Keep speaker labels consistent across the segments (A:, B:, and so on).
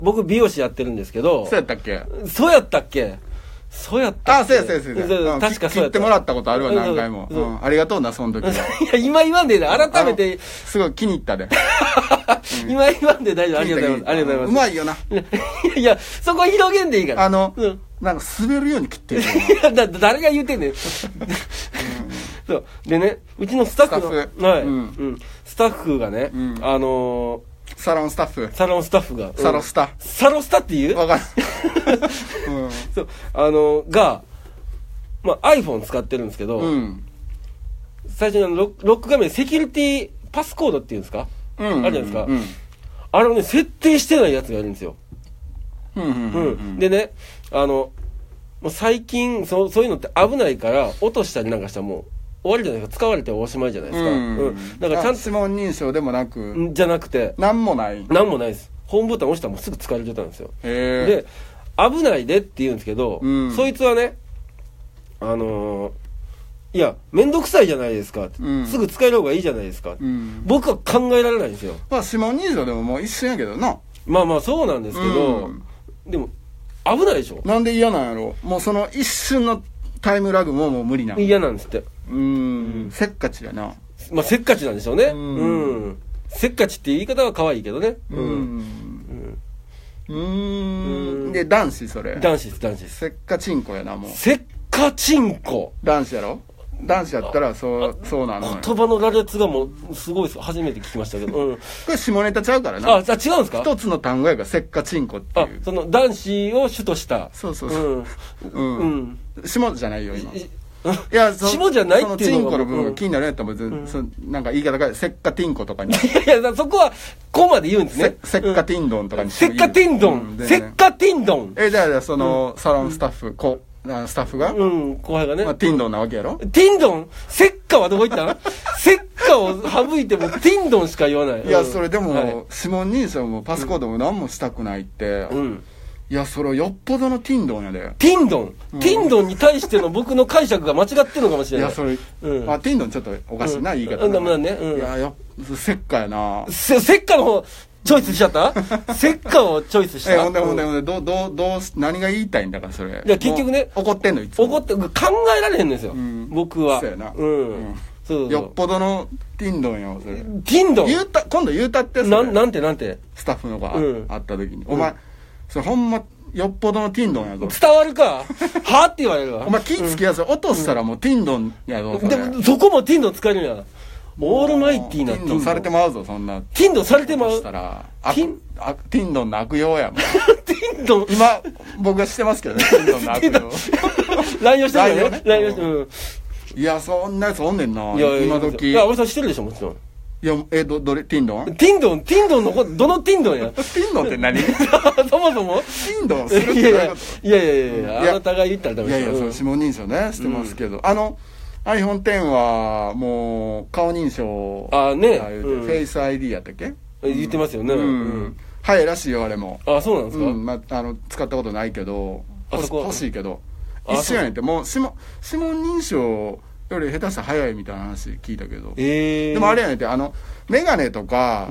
A: 僕美容師やってるんですけど。
B: そうやったっけ？
A: そうやったっけ？そうやったっけ？
B: そうや。
A: 確かそうやった。
B: 切ってもらったことあるわ、何回も。ありがとうな、その時は。
A: いや、今言わんで改めて。
B: すごい気に入ったで。
A: 今言わんで大丈夫。ありがとうございます。ありがとうございます。
B: うまいよな。
A: いや、そこ広げんでいいから。
B: なんか滑るように切ってるよ
A: な。誰が言うてんねん。そう。でね、うちのスタッフの、はい。スタッフがね、
B: サロンスタッフが。サロスタ。
A: サロスタって言う？
B: わかる。
A: そう。が、まあ、iPhone 使ってるんですけど、最初にロック画面、セキュリティパスコードっていうんですか？あるじゃないですか。あれをね、設定してないやつがいるんですよ。でね、もう最近そういうのって危ないから、落としたりなんかしたらもう、終わりじゃないですか。使われておしまいじゃないですか。だからちゃんと
B: 指紋認証でもなく
A: じゃなくて
B: なんもない
A: です。ホームボタン押したらもうすぐ使える状態なんですよ。で危ないでって言うんですけど、そいつはねいやめんどくさいじゃないですか、すぐ使える方がいいじゃないですか、僕は考えられないんですよ。
B: まあ指紋認証でももう一瞬やけどな。
A: まあまあそうなんですけど、でも危ないでしょ。
B: なんで嫌なんやろ。もうその一瞬のタイムラグももう無理な。
A: 嫌なんですって。
B: せっかちやな。
A: まあせっかちなんでしょうね。せっかちっていう言い方は可愛いけどね。
B: で男子それ。
A: 男子です。
B: せっかちんこやなもう。
A: せっかちんこ。
B: 男子やろ。男子やったらそうなのよ。
A: 言葉の羅列がもうすごいです。初めて聞きましたけど。
B: これ下ネタちゃうからな。
A: 違うんですか？
B: 一つの単語やからせっかちんこっていう。
A: その男子を主とした。
B: そう。下じゃないよ今。いや、
A: 下じゃないっていうのが。
B: チンコの部分が気になるんやったらなんか言い方がせっかティンコとかに。
A: いや、そこは、こまで言うんですね。
B: せっかティンドンとかに
A: せっかティンドン。せっかティンドン。
B: じゃあ、その、サロンスタッフ、スタッフが
A: 後輩がね。
B: ティンドンなわけやろ？
A: ティンドン？せっかはどこ行ったの？せっかを省いてもティンドンしか言わない。
B: いや、それでも、指紋認証もパスコードも何もしたくないって。いや、それよっぽどのティンドンやで。
A: ティンドンに対しての僕の解釈が間違ってるのかもしれない。
B: いや、それ、ティンドンちょっとおかしいな、言い方。いや、せっかやな。
A: せっかの方、チョイスしちゃった？せっかをチョイスした。
B: ほんで、何が言いたいんだから、それ。
A: いや、結局ね。
B: 怒ってんの、いつも。
A: 考えられへんんですよ。僕は。
B: そうやな。
A: よ
B: っぽどのティンドンやわ、それ。
A: ティンドン？
B: 今度言うたって、
A: なんて
B: スタッフの子会った時に。お前、それほんま、よっぽどのティンドンやぞ。
A: 伝わるかはって言われるわ。
B: お前気ぃつけやすい。落としたらもうティンドンやぞ。
A: でも、そこもティンドン使えるんや。オールマイティーな
B: ティンドンされてまうぞ、そんな。
A: ティンドンされてまう。
B: したら、ティンドンの悪用やもん。
A: ティンドン
B: 今、僕がしてますけどね、ティンドンの悪用。
A: 乱用してるよね。乱用してる。
B: いや、そんなやつおんねんな。
A: 今時。いや、俺さん知ってるでしょ、もちろん。
B: いや、どれティンドン
A: ティンドンのどのティンドンや。
B: ティンドンって何？
A: そもそも
B: ティンドンするってどういうこと？
A: いや、あなたが言ったらダメですよ。
B: いや、その指紋認証ね、してますけど。iPhone X は、もう、顔認証。
A: ね。
B: フェイス ID やったっけ？
A: 言ってますよね。
B: 早いらしいよ、あれも。
A: そうなんですか？
B: まあ、使ったことないけど、欲しいけど。一緒やねんって、もう、指紋認証、より下手したら早いみたいな話聞いたけど、でもあれやねんってメガネとか、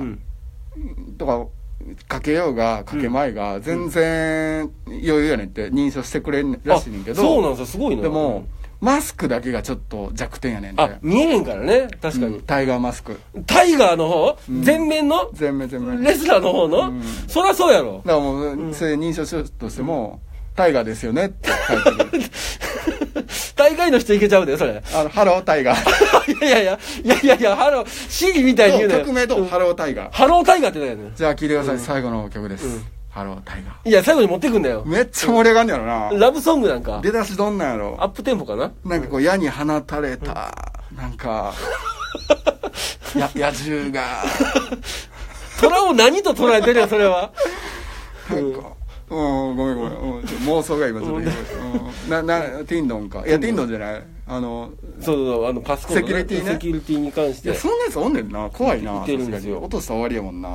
B: かけようがかけまいが全然余裕やねんって認証してくれんらしいねんけど、
A: そうなんですよ、すごいね。
B: でもマスクだけがちょっと弱点やねんて。
A: 見えへんからね、確かに。
B: タイガーマスク。
A: タイガーの方？前面の？
B: 前面。
A: レスラーの方の？そりゃそうやろ。
B: だからもうそれ認証しようとしてもタイガーですよねって書いてる。
A: 大概の人いけちゃうで、それ。
B: ハロータイガー。
A: いや、ハロー、シリみたいに言うね。
B: 曲名とハロータイガー。
A: ハロータイガーって何やねん。
B: じゃあ聴いてください、最後の曲です。ハロータイガー。
A: いや、最後に持ってくんだよ。
B: めっちゃ盛り上がんねやろな。
A: ラブソングなんか。
B: 出だしどんなんやろ。
A: アップテンポかな。
B: なんかこう、矢に放たれた、なんか、野獣が。
A: 虎を何と捉えてるよ、それは。
B: なんか。ごめん。妄想が今ちょっとティンドンか。いや、ティンドンじゃない。
A: そう、パスコード。
B: セキュリティね。
A: セキュリティに関して。
B: いや、そんなやつおんねんな。怖いな。
A: 言ってるんですよ。
B: 落としたら終わりやもん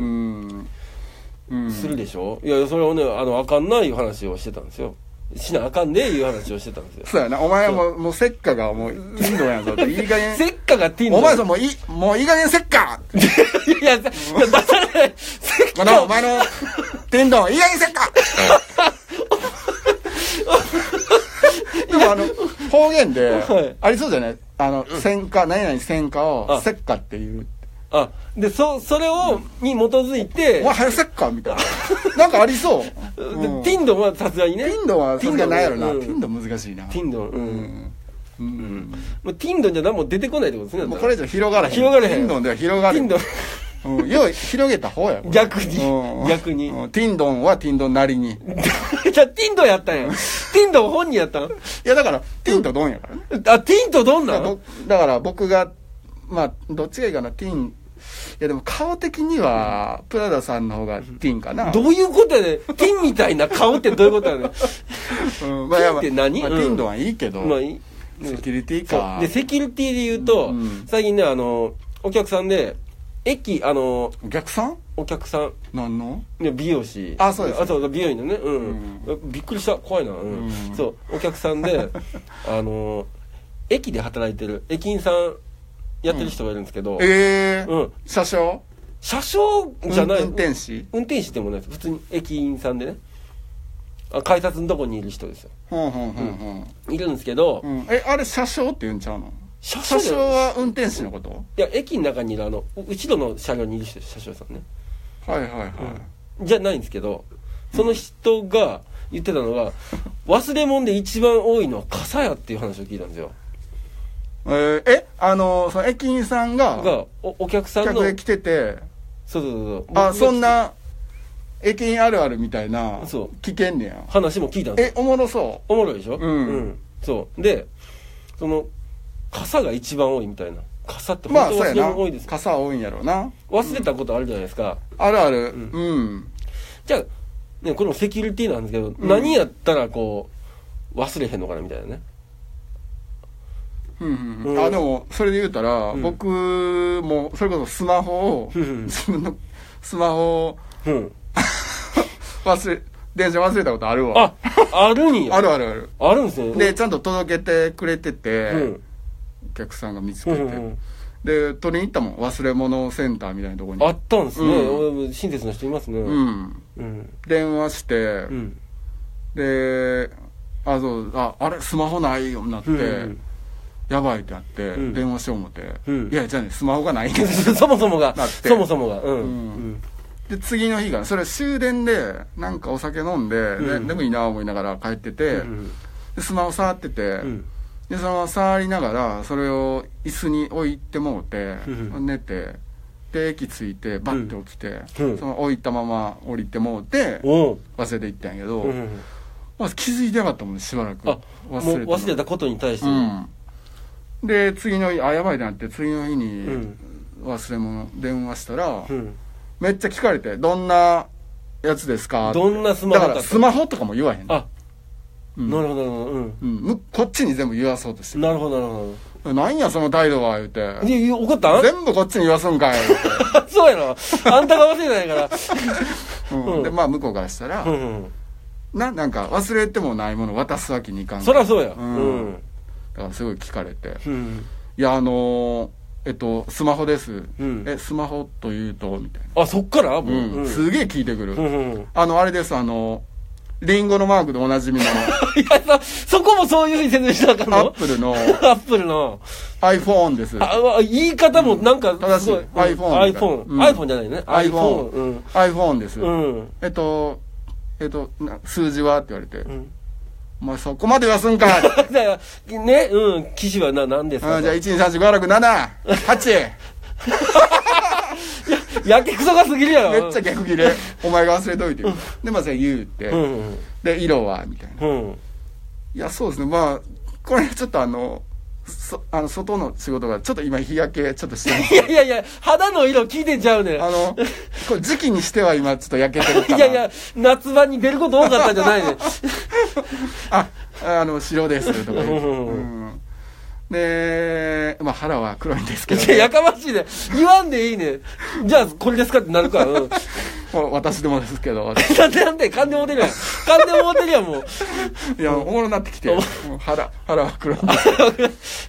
B: な。
A: するでしょ？いや、それをね、あかんないう話をしてたんですよ。しなあかんねいう話をしてたんですよ。
B: そうやな。お前はもうセッカがもうティンドンやぞって。いい加減。
A: セッカがティンドン。
B: お前さ、もういい加減セッカ
A: いや、出さない。
B: セッカ。お前の、 ティンドン、いい加減せっかでも方言で、はい、ありそうじゃない戦火、何々戦火を、せっかっていう。
A: あ、で、それを、に基づいて。
B: お前、早せっかみたいな。なんかありそう。
A: ティンドンはさすがにね。
B: ティンドンはさすがにないやろな。ティンドン難しいな。
A: ティンドン、ティンドンじゃ何も出てこないってことですね。
B: もうこれ以上広がらへん。
A: 広がらへん。
B: ティンドンでは広がる。
A: ティンドン。
B: 要は広げた方や。
A: 逆に。逆に。
B: ティンドンはティンドンなりに。
A: じゃあ、ティンドンやったんや。ティンドン本人やったん？い
B: や、だから、ティンとドンやからね。
A: あ、ティンとドンなの？
B: だから僕が、まあ、どっちがいいかな、ティン。いや、でも顔的には、プラダさんの方がティンかな。
A: どういうことやねん。ティンみたいな顔ってどういうことやねん。ティンって何？
B: ティンドンはいいけど、セキュリティか。
A: で、セキュリティで言うと、最近ね、お客さんで、
B: お客さん何の？
A: 美容師。
B: あ、そうです。
A: あ、そう、美容院のね。びっくりした。怖いな。そう、お客さんで、駅で働いてる、駅員さんやってる人がいるんですけど。
B: 車掌
A: じゃない。
B: 運転士
A: でもないです。普通に駅員さんでね。改札のとこにいる人ですよ。いるんですけど。
B: あれ車掌って言うんちゃうの？車掌は運転士のこと？
A: いや、駅の中にいる後ろの車両にいる人、車掌さんね。
B: はいはいはい。
A: じゃないんですけど、その人が言ってたのが、忘れ物で一番多いのは傘やっていう話を聞いたんですよ。
B: その駅員さんが
A: お客さんの
B: 客で来てて、
A: そう
B: あ、そんな駅員あるあるみたいな聞けんねや。
A: 話も聞いたんですよ。
B: おもろそう。
A: おもろいでしょ。そうで、その傘が一番多いみたいな。傘って本当忘れ物多いです。
B: 傘多いんやろうな。
A: 忘れたことあるじゃないですか。
B: あるある。
A: じゃあね、これもセキュリティなんですけど、何やったらこう忘れへんのかなみたいなね。
B: でもそれで言うたら、僕もそれこそスマホを自分のスマホを電車忘れたことあるわ。
A: あるんや。
B: ある
A: あるんですね。
B: でちゃんと届けてくれてて、お客さんが見つけて、で取りに行ったもん、忘れ物センターみたいなところに
A: あったんですね。親切な人いますね。
B: 電話して、であれスマホないようになって、やばいってなって、電話しよう思って、いやじゃあね、スマホがないんです
A: そもそもが
B: で次の日がそれ終電でなんかお酒飲んで、でもいいな思いながら帰ってて、でスマホ触ってて、でそのまま触りながらそれを椅子に置いてもうて、寝て、で駅着いてバッて起きて、その置いたまま降りてもうて忘れていったんやけど、まず気づいてなかったもんね、しばらく。
A: 忘れたことに対して。
B: で次の日やばいなって、次の日に忘れ物電話したら、めっちゃ聞かれて、どんなやつですかって。
A: どんなスマホ
B: だからスマホとかも言わへん。
A: なるほど。
B: こっちに全部言わそうとしてる。
A: なるほど。
B: なんやその態度は言うて。
A: 怒ったん？
B: 全部こっちに言わすんかい。
A: そうやろ。あんたが忘れないから。
B: でまあ向こうからしたら、なんか忘れてもないもの渡すわけにいかん。
A: そりゃそうや。
B: だからすごい聞かれて、いやスマホです、スマホというとみたいな。
A: そっから
B: すげえ聞いてくる。あれです、リンゴのマークでおなじみの。い
A: や、そこもそういうふうに説明しなかったの？
B: アップルの
A: iPhone
B: です。
A: 言い方もなんか
B: 正しい。
A: iPhone じゃないね。
B: iPhone です。数字はって言われて、お前そこまで言わすんかい。
A: ね、機種は何ですか？
B: じゃあ123456788。
A: やけくそが過ぎるやろ。
B: めっちゃ逆切れ。お前が忘れといて。でまあそれ言うて、で色はみたいな。いやそうですね、まあこれちょっと外の仕事がちょっと今日焼けちょっとしてます。
A: いや肌の色聞いてんちゃうねん。
B: これ時期にしては今ちょっと焼けてるかな。
A: いや夏場に出ること多かったんじゃないねん。
B: 白ですとかでまあ腹は黒いんですけど、
A: いややかましいね、言わんでいいね。じゃあこれですかってなるから。
B: 私でもですけど。
A: なんで勘でもてるやん。もう。
B: いやおもろなってきて、腹は黒いんです。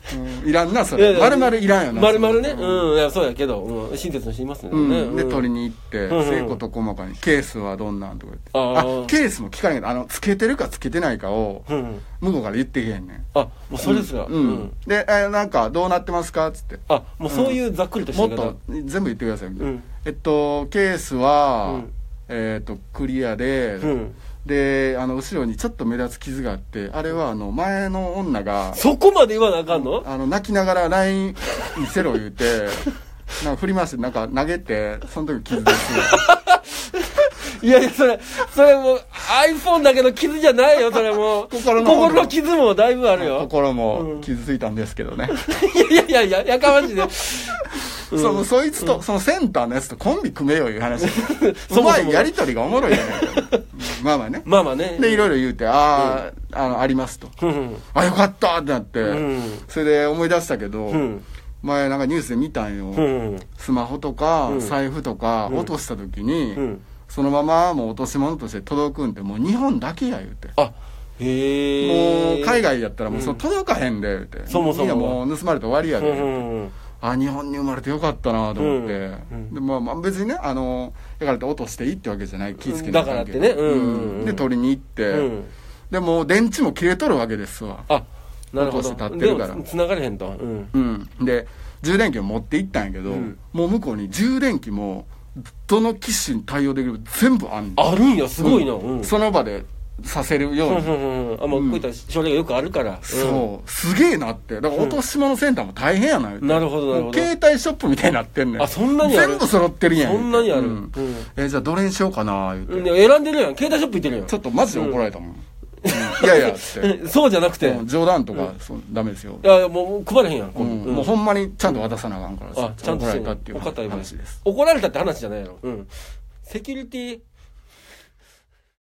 B: いらんなそれ。丸々いらんよな。
A: 丸々ね。いやそうやけど、親切の人いますね。
B: で取りに行って成功と細かにケースはどんなんとか言って、ケースも聞かないけどつけてるかつけてないかを向こうから言ってけへんねん。
A: もうそれですが。
B: でなんかどうなってますかっつって。
A: もうそういうざっくりとした
B: もっと全部言ってくださいみたいな。ケースはクリアで。で後ろにちょっと目立つ傷があって、あれは前の女が
A: そこまで言わなあかんの？
B: 泣きながら LINE 見せろ言うてなんか振り回してなんか投げて、その時傷ですよ。
A: いやいや、それもう iPhone だけの傷じゃないよ、それも心の傷もだいぶあるよ。
B: 心も傷ついたんですけどね。
A: いややかましいね。
B: そいつと、そのセンターのやつとコンビ組めよいう話。うまいやりとりがおもろいよね。まあまあね。でいろいろ言うて、ありますと。よかったってなって、それで思い出したけど、前なんかニュースで見たんよ。スマホとか財布とか落とした時に、そのままもう落とし物として届くんってもう日本だけや言うて。もう海外やったらもう届かへんで言うて。
A: そもそも。
B: いやもう盗まれて終わりやで。日本に生まれてよかったなと思って。でまあ別にね、だからって落としていいってわけじゃない。気ぃつけな
A: だからってね。
B: で取りに行って、でも電池も切れとるわけですわ。
A: なるほど。
B: 落として立ってるから。
A: でも繋がれへんと。
B: で充電器を持って行ったんやけど、もう向こうに充電器もどの機種に対応できる全部あんの。
A: あるんや、すごいな。
B: その場でさせるように。
A: もうこういった症例がよくあるから。
B: そう、すげえなって。だから落とし物センターも大変やな。
A: なるほど。
B: 携帯ショップみたいになってんねん。
A: そんなにある。
B: 全部揃ってるやん。
A: そんなにある。
B: じゃあどれにしようかな言う
A: て。選んでるやん。携帯ショップ行ってるやん。
B: ちょっとマジで怒られたもん。いやいやって。
A: そうじゃなくて。
B: 冗談とかダメですよ。
A: いやもう配れへんやん。
B: もうほんまにちゃんと渡さなあかんから。
A: ちゃんと
B: 怒られたっていう話です。
A: 怒られたって話じゃないやろ。セキュリティ